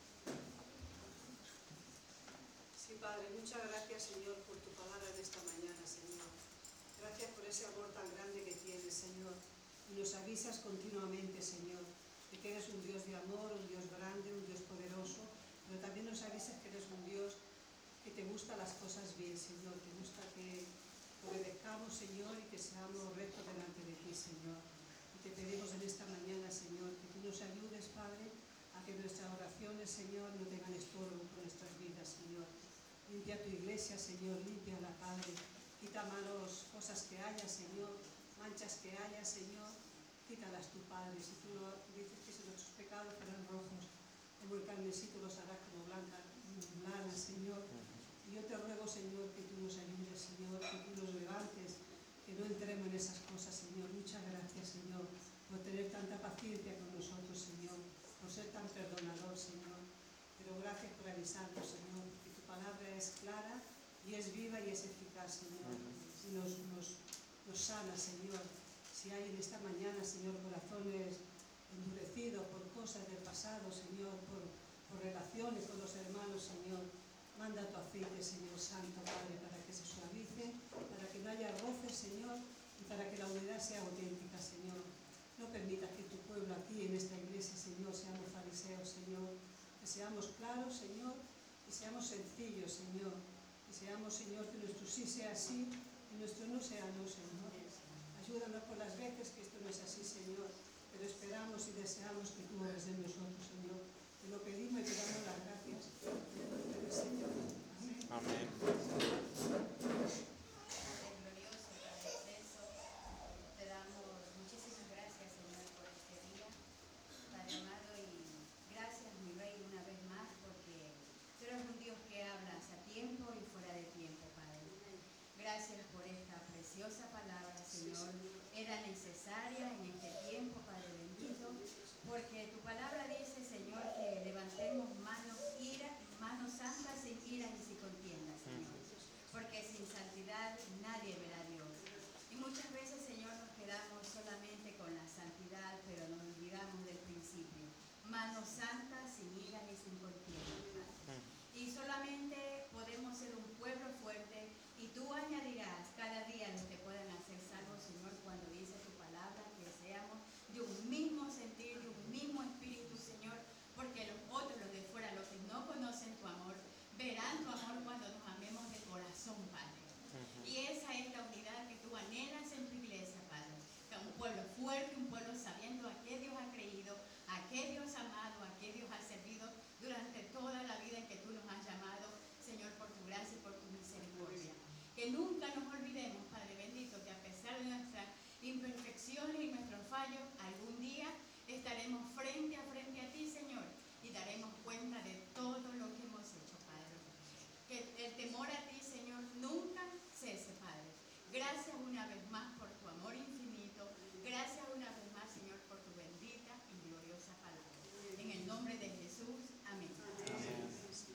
Sí, Padre, muchas gracias, Señor, por tu palabra de esta mañana, Señor. Gracias por ese amor tan grande que tienes, Señor. Y nos avisas continuamente, Señor, de que eres un Dios de amor, un Dios grande, un Dios poderoso, pero también nos avisas que eres un Dios que te gusta las cosas bien, Señor. Te gusta que obedezcamos, Señor, y que seamos rectos delante de ti, Señor. Y te pedimos en esta mañana, Señor, que tú nos ayudes, Padre, a que nuestras oraciones, Señor, no tengan estorbo por nuestras vidas, Señor. Limpia tu iglesia, Señor, límpiala, Padre. Quita malas cosas que haya, Señor, manchas que haya, Señor. Quítalas tú, Padre. Si tú dices que si nuestros pecados fueran rojos, como el carmesí, tú los harás como lana, Señor. Y yo te ruego, Señor, que tú nos ayudes, Señor, que tú nos levantes, que no entremos en esas cosas, Señor. Muchas gracias, Señor, por tener tanta paciencia con nosotros, Señor, por ser tan perdonador, Señor. Pero gracias por avisarnos, Señor, que tu palabra es clara y es viva y es eficaz, Señor. Y nos sana, Señor. Si hay en esta mañana, Señor, corazones endurecidos por cosas del pasado, Señor, por relaciones con los hermanos, Señor, manda tu aceite, Señor Santo, Padre, para que se suavice, para que no haya roces, Señor, y para que la unidad sea auténtica, Señor. No permitas que tu pueblo aquí en esta iglesia, Señor, seamos fariseos, Señor, que seamos claros, Señor, y seamos sencillos, Señor, y seamos, Señor, que nuestro sí sea sí y nuestro no sea no, Señor. Ayúdanos por las veces que esto no es así, Señor, pero esperamos y deseamos que tú obres en nosotros, Señor. Te lo pedimos y te damos las gracias. En el nombre del Señor. Amén. Amén. Glorioso, Padre Excelso, te damos muchísimas gracias, Señor, por este día, Padre amado, y gracias, mi Rey, una vez más, porque tú eres un Dios que hablas a tiempo y fuera de tiempo, Padre. Gracias por esta preciosa palabra, Señor. Era necesaria en este tiempo, Padre bendito, porque tu palabra dice, Señor, que levantemos manos santas sin ira ni sin contienda, Señor. Porque sin santidad nadie verá a Dios. Y muchas veces, Señor, nos quedamos solamente con la santidad, pero nos olvidamos del principio. Manos santas sin ira ni sin contienda, Padre. Y solamente podemos ser un pueblo fuerte, y tú añadirás cada día los que puedan hacer salvos, Señor, cuando dice tu palabra, que seamos de un mismo sentir, de un mismo espíritu, Señor, porque los otros, los de fuera, los que no conocen tu amor, verán tu amor cuando nos amemos de corazón, Padre. Y esa es la unidad que tú anhelas en tu iglesia, Padre. Que un pueblo fuerte, un pueblo sabiendo a qué Dios ha creído, a qué Dios ha amado, a qué Dios ha servido durante toda la vida en que tú nos has llamado, Señor, por tu gracia y por tu misericordia. Que nunca nos olvidemos, Padre bendito, que a pesar de nuestras imperfecciones y nuestros fallos, algún día estaremos frente a ti, Señor, y daremos cuenta de todo lo que hemos hecho, Padre. Que el temor a ti, Señor, nunca cese, Padre. Gracias una vez más por tu amor infinito. Gracias una vez más, Señor, por tu bendita y gloriosa palabra. En el nombre de Jesús, amén. Amén.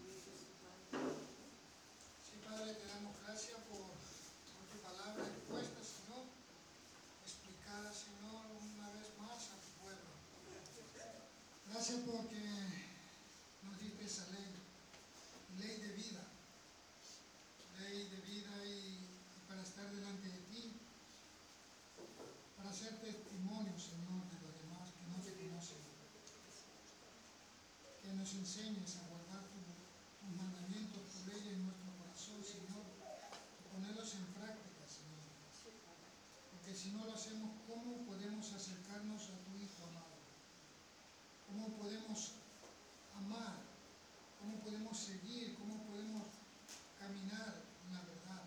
Sí, Padre, te damos gracias por tu palabra expuesta, Señor, explicada, Señor, una vez más a tu pueblo. Gracias porque nos diste esa ley de vida y para estar delante de ti, para ser testimonio, Señor, de los demás que no te conocen. Que nos enseñes a guardar tus mandamientos, tu ley en nuestro corazón, Señor, y ponerlos en práctica, Señor. Porque si no lo hacemos, ¿cómo podemos acercarnos a tu Hijo amado? ¿Cómo podemos amar? ¿Cómo podemos seguir? ¿Cómo podemos caminar en la verdad?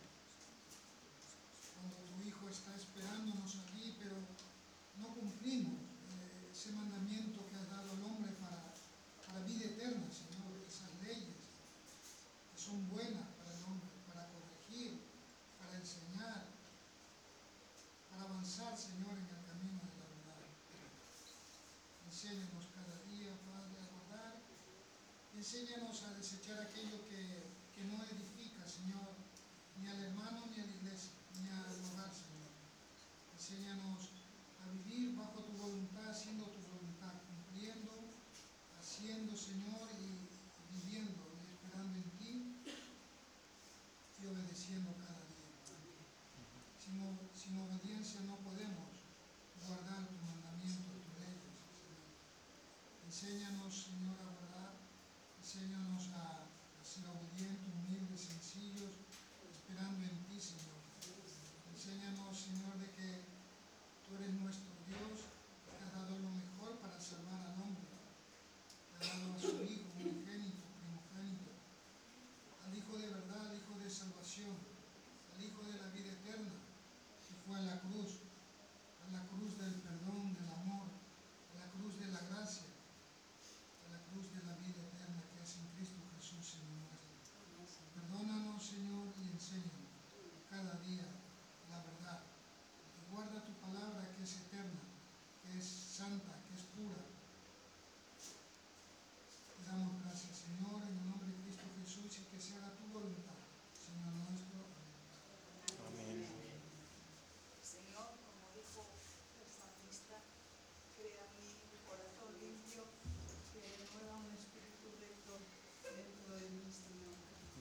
Cuando tu Hijo está esperándonos aquí, pero no cumplimos ese mandamiento que has dado al hombre para vida eterna, Señor, esas leyes que son buenas para el hombre, para corregir, para enseñar, para avanzar, Señor, en el camino de la verdad. Enséñanos cada día, Padre, a guardar. Enséñanos a desechar aquello que no edifica, Señor, ni al hermano, ni a la iglesia, ni al hogar, Señor. Enséñanos a vivir bajo tu voluntad. sin obediencia no podemos guardar tus mandamientos, tus leyes, Señor. Enséñanos, Señor, a guardar, enséñanos a ser obedientes, humildes, sencillos, esperando en ti, Señor. Enséñanos, Señor, de que tú eres nuestro Dios, que has dado lo mejor para salvar al hombre, que ha dado a su Hijo unigénito, primogénito, al Hijo de verdad, al Hijo de salvación, al Hijo de la vida eterna, que fue a la cruz del perdón, del amor, a la cruz de la gracia, a la cruz de la vida eterna que es en Cristo Jesús, Señor nuestro. Perdónanos, Señor, y enséñanos cada día la verdad. Y guarda tu palabra que es eterna, que es santa, que es pura. Te damos gracias, Señor, en el nombre de Cristo Jesús, y que se haga tu voluntad, Señor nuestro. Amén. Amén. Señor, como dijo el salmista, crea en mí un corazón limpio, que renueva un espíritu recto dentro de mí, Señor.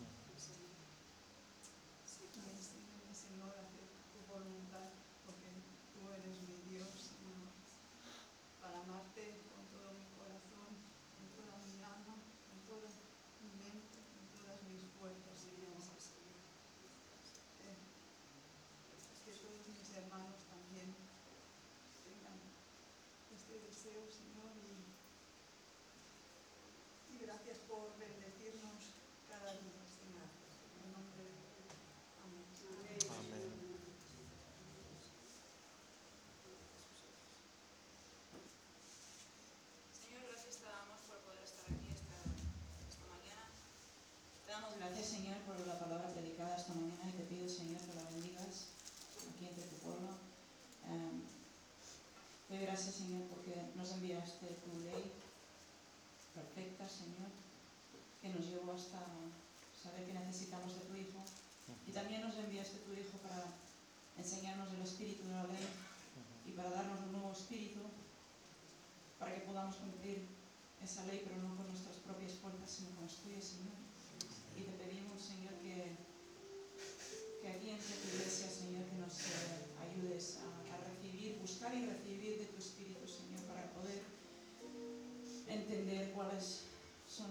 Sí, enséñame, Señor, a hacer tu voluntad, porque tú eres mi Dios, Señor, para amarte con todo mi corazón, con toda mi alma, con toda mi mente, con todas mis fuerzas, Señor. Que todos mis hermanos también tengan este deseo, Señor, y gracias por bendecirnos cada día, Señor. En el nombre de Jesús. Amén. Amén. Señor, gracias te damos por poder estar aquí esta mañana. Te damos gracias, Señor, por la palabra predicada esta mañana y te pido, Señor, que la bendigas aquí entre tu pueblo. Te doy gracias, Señor, porque nos enviaste tu ley perfecta, Señor, que nos llevó hasta saber que necesitamos de tu Hijo. Y también nos enviaste tu Hijo para enseñarnos el espíritu de la ley y para darnos un nuevo espíritu para que podamos cumplir esa ley, pero no con nuestras propias fuerzas, sino con las tuyas, Señor. Y te pedimos, Señor, que aquí entre tu iglesia, Señor, que nos ayudes a recibir, buscar y recibir de tu espíritu, Señor, para poder entender cuáles son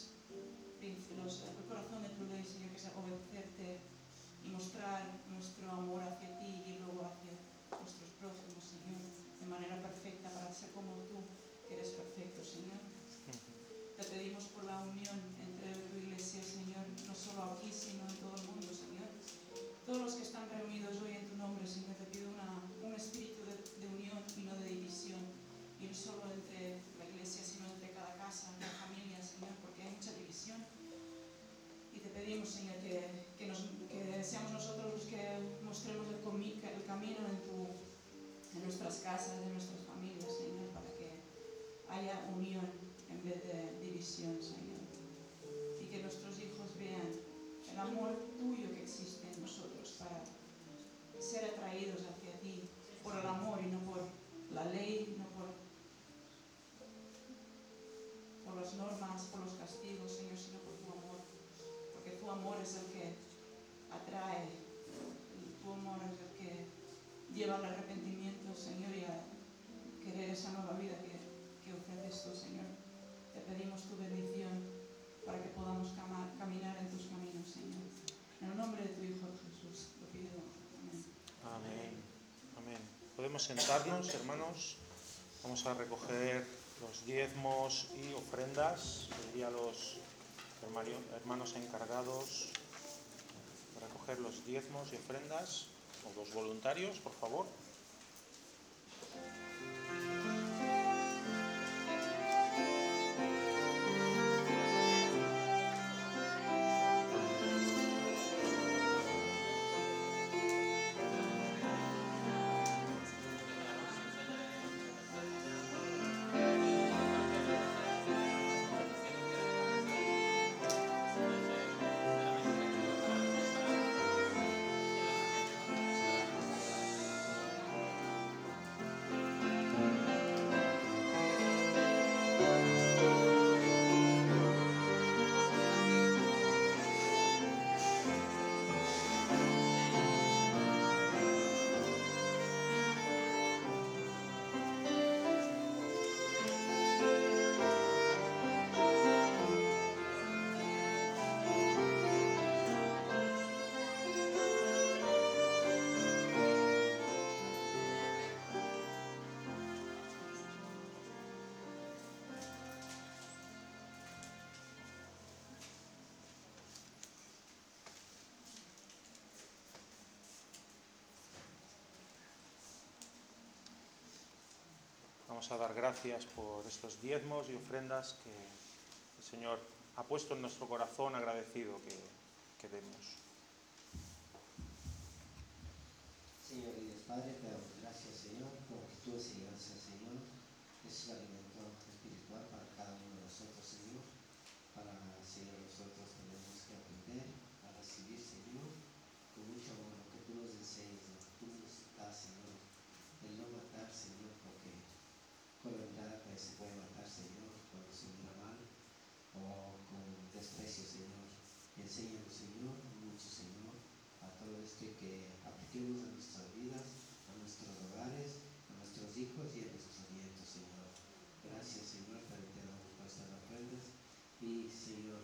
el corazón de tu ley, Señor, que es obedecerte y mostrar nuestro amor hacia ti y luego hacia nuestros prójimos, Señor, de manera perfecta para ser como tú, que eres perfecto, Señor. Te pedimos por la unión entre tu iglesia, Señor, no solo aquí, sino en todo el mundo, Señor. Todos los que están reunidos hoy en tu nombre, Señor, te pido un espíritu de unión y no de división. Y no solo entre la iglesia, sino entre cada casa, cada familia, Señor, porque hay mucha división. Y te pedimos, Señor, que seamos nosotros los que mostremos el camino en nuestras casas, en nuestras familias, Señor, para que haya unión en vez de división, Señor. Y que nuestros hijos vean el amor tuyo que existe en nosotros para ser atraídos hacia ti por el amor y no por la ley, no por las normas, por los castigos, Señor, sino por tu amor. Porque tu amor es el que atrae, tu amor es el que lleva al arrepentimiento, Señor, y a querer esa nueva vida que ofreces tú, Señor. Te pedimos tu bendición para que podamos caminar en tus caminos, Señor. En el nombre de tu Hijo Jesús, lo pido. Amén. Amén. Amén. Podemos sentarnos, hermanos. Vamos a recoger los diezmos y ofrendas. Pediría a los hermanos encargados de recoger los diezmos y ofrendas, o los voluntarios, por favor. Vamos a dar gracias por estos diezmos y ofrendas que el Señor ha puesto en nuestro corazón agradecido que demos. Señor y Dios Padre, te damos gracias, Señor, porque tu enseñanza, Señor, es el alimento espiritual para cada uno de nosotros, Señor. Para, Señor, nosotros tenemos que aprender a recibir, Señor, con mucho amor lo que tú nos enseñas, lo que tú nos das, Señor. El no matar, Señor, porque con la mirada pues, se puede matar, Señor, cuando se mira mal o con desprecio, Señor. Enséñanos, Señor, mucho, Señor, a todo esto y que apliquemos a nuestras vidas, a nuestros hogares, a nuestros hijos y a nuestros nietos, Señor. Gracias, Señor, te damos por estas ofrendas y, Señor,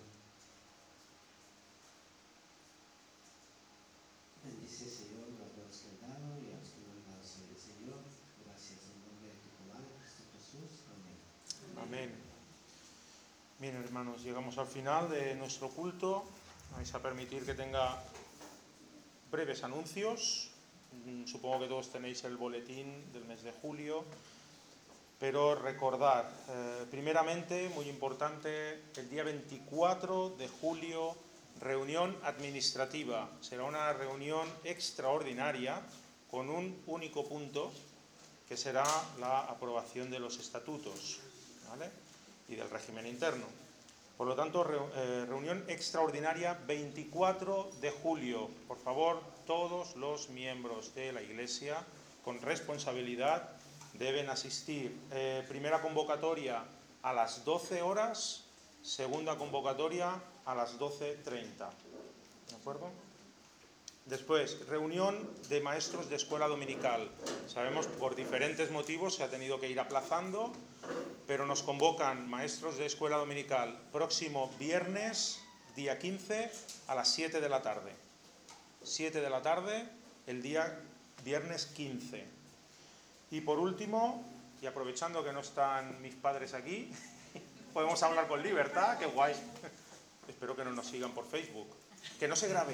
bendice, Señor, los dones que han dado y a los que no han dado, Señor. Gracias en nombre de tu Padre, Cristo Jesús. Amén. Amén. Bien, hermanos, llegamos al final de nuestro culto. Vais a permitir que tenga breves anuncios. Supongo que todos tenéis el boletín del mes de julio. Pero recordar, primeramente, muy importante, el día 24 de julio, reunión administrativa. Será una reunión extraordinaria con un único punto, que será la aprobación de los estatutos, ¿vale? Y del régimen interno. Por lo tanto, reunión extraordinaria 24 de julio. Por favor, todos los miembros de la Iglesia con responsabilidad deben asistir. Primera convocatoria a las 12 horas, segunda convocatoria a las 12:30. ¿De acuerdo? Después, reunión de maestros de escuela dominical. Sabemos por diferentes motivos se ha tenido que ir aplazando, pero nos convocan maestros de escuela dominical próximo viernes, día 15, a las 7 de la tarde. 7 de la tarde, el día viernes 15. Y por último, y aprovechando que no están mis padres aquí, podemos hablar con libertad, qué guay. Espero que no nos sigan por Facebook. Que no se grabe.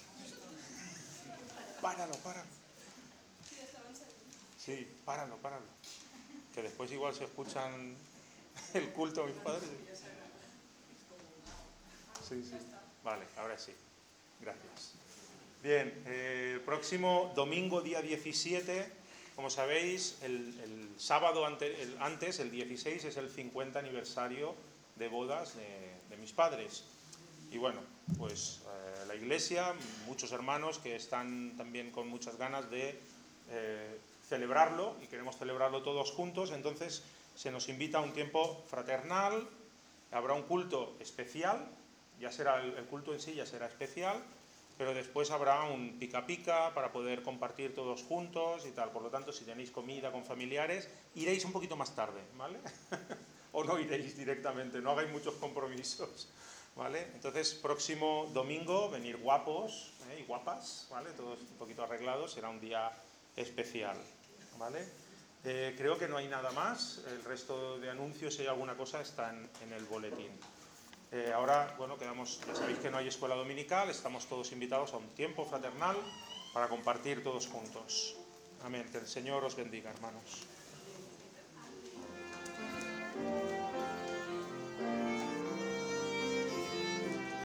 Páralo. Sí, páralo. Que después igual se escuchan el culto a mis padres. Sí. Vale, ahora sí. Gracias. Bien, el próximo domingo, día 17, como sabéis, el sábado antes, el 16, es el 50 aniversario de bodas de mis padres. Y bueno, pues la Iglesia, muchos hermanos que están también con muchas ganas de celebrarlo, y queremos celebrarlo todos juntos. Entonces se nos invita a un tiempo fraternal, habrá un culto especial, ya será el culto en sí ya será especial, pero después habrá un pica para poder compartir todos juntos y tal. Por lo tanto, si tenéis comida con familiares, iréis un poquito más tarde, ¿vale? O no iréis directamente, no hagáis muchos compromisos, ¿vale? Entonces, próximo domingo, venir guapos y guapas, ¿vale? Todos un poquito arreglados, será un día especial, ¿vale? Creo que no hay nada más. El resto de anuncios, si hay alguna cosa, está en el boletín. Ahora, bueno, quedamos, ya sabéis que no hay escuela dominical, estamos todos invitados a un tiempo fraternal para compartir todos juntos. Amén. Que el Señor os bendiga, hermanos.